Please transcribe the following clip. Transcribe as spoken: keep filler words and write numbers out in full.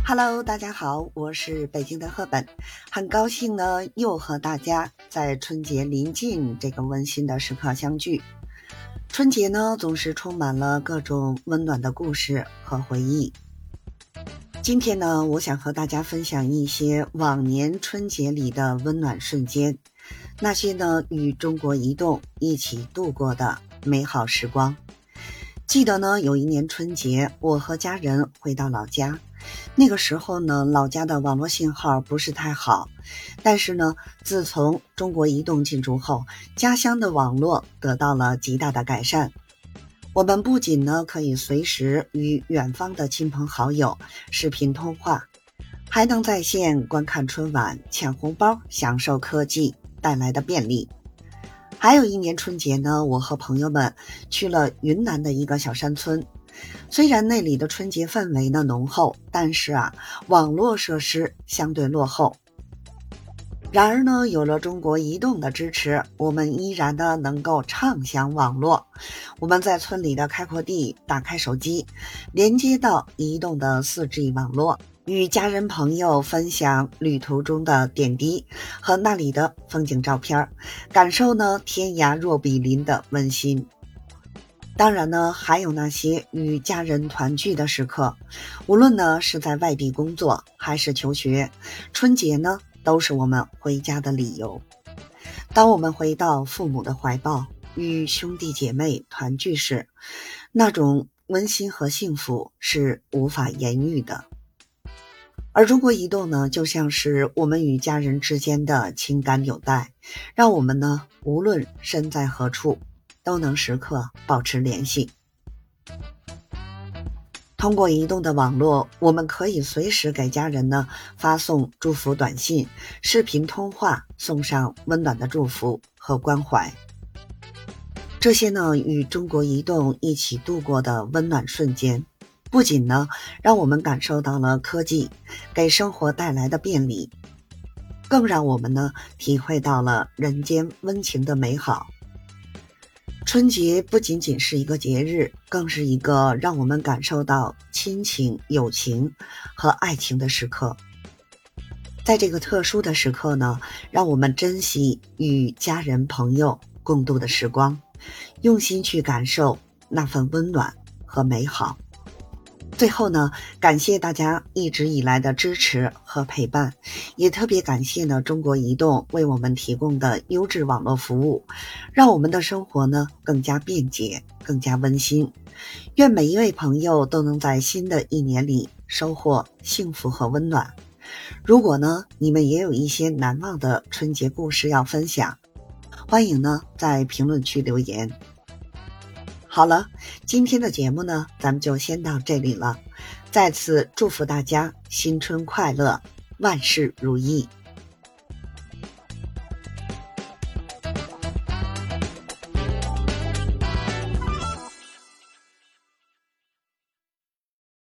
Hello， 大家好，我是北京的赫本，很高兴呢又和大家在春节临近这个温馨的时刻相聚。春节呢总是充满了各种温暖的故事和回忆。今天呢，我想和大家分享一些往年春节里的温暖瞬间，那些呢与中国移动一起度过的美好时光。记得呢有一年春节，我和家人回到老家，那个时候呢老家的网络信号不是太好，但是呢自从中国移动进驻后，家乡的网络得到了极大的改善。我们不仅呢可以随时与远方的亲朋好友视频通话，还能在线观看春晚、抢红包，享受科技带来的便利。还有一年春节呢，我和朋友们去了云南的一个小山村，虽然那里的春节氛围呢浓厚，但是啊，网络设施相对落后。然而呢，有了中国移动的支持，我们依然呢能够畅享网络。我们在村里的开阔地打开手机，连接到移动的 四 G 网络，与家人朋友分享旅途中的点滴和那里的风景照片，感受呢天涯若比邻的温馨。当然呢，还有那些与家人团聚的时刻，无论呢是在外地工作还是求学，春节呢都是我们回家的理由。当我们回到父母的怀抱，与兄弟姐妹团聚时，那种温馨和幸福是无法言喻的。而中国移动呢，就像是我们与家人之间的情感纽带，让我们呢无论身在何处，都能时刻保持联系。通过移动的网络，我们可以随时给家人呢发送祝福短信、视频通话，送上温暖的祝福和关怀。这些呢与中国移动一起度过的温暖瞬间，不仅呢让我们感受到了科技给生活带来的便利，更让我们呢体会到了人间温情的美好。春节不仅仅是一个节日，更是一个让我们感受到亲情、友情和爱情的时刻。在这个特殊的时刻呢，让我们珍惜与家人朋友共度的时光，用心去感受那份温暖和美好。最后呢，感谢大家一直以来的支持和陪伴，也特别感谢呢中国移动为我们提供的优质网络服务，让我们的生活呢更加便捷，更加温馨。愿每一位朋友都能在新的一年里收获幸福和温暖。如果呢你们也有一些难忘的春节故事要分享，欢迎呢在评论区留言。好了，今天的节目呢，咱们就先到这里了。再次祝福大家新春快乐，万事如意。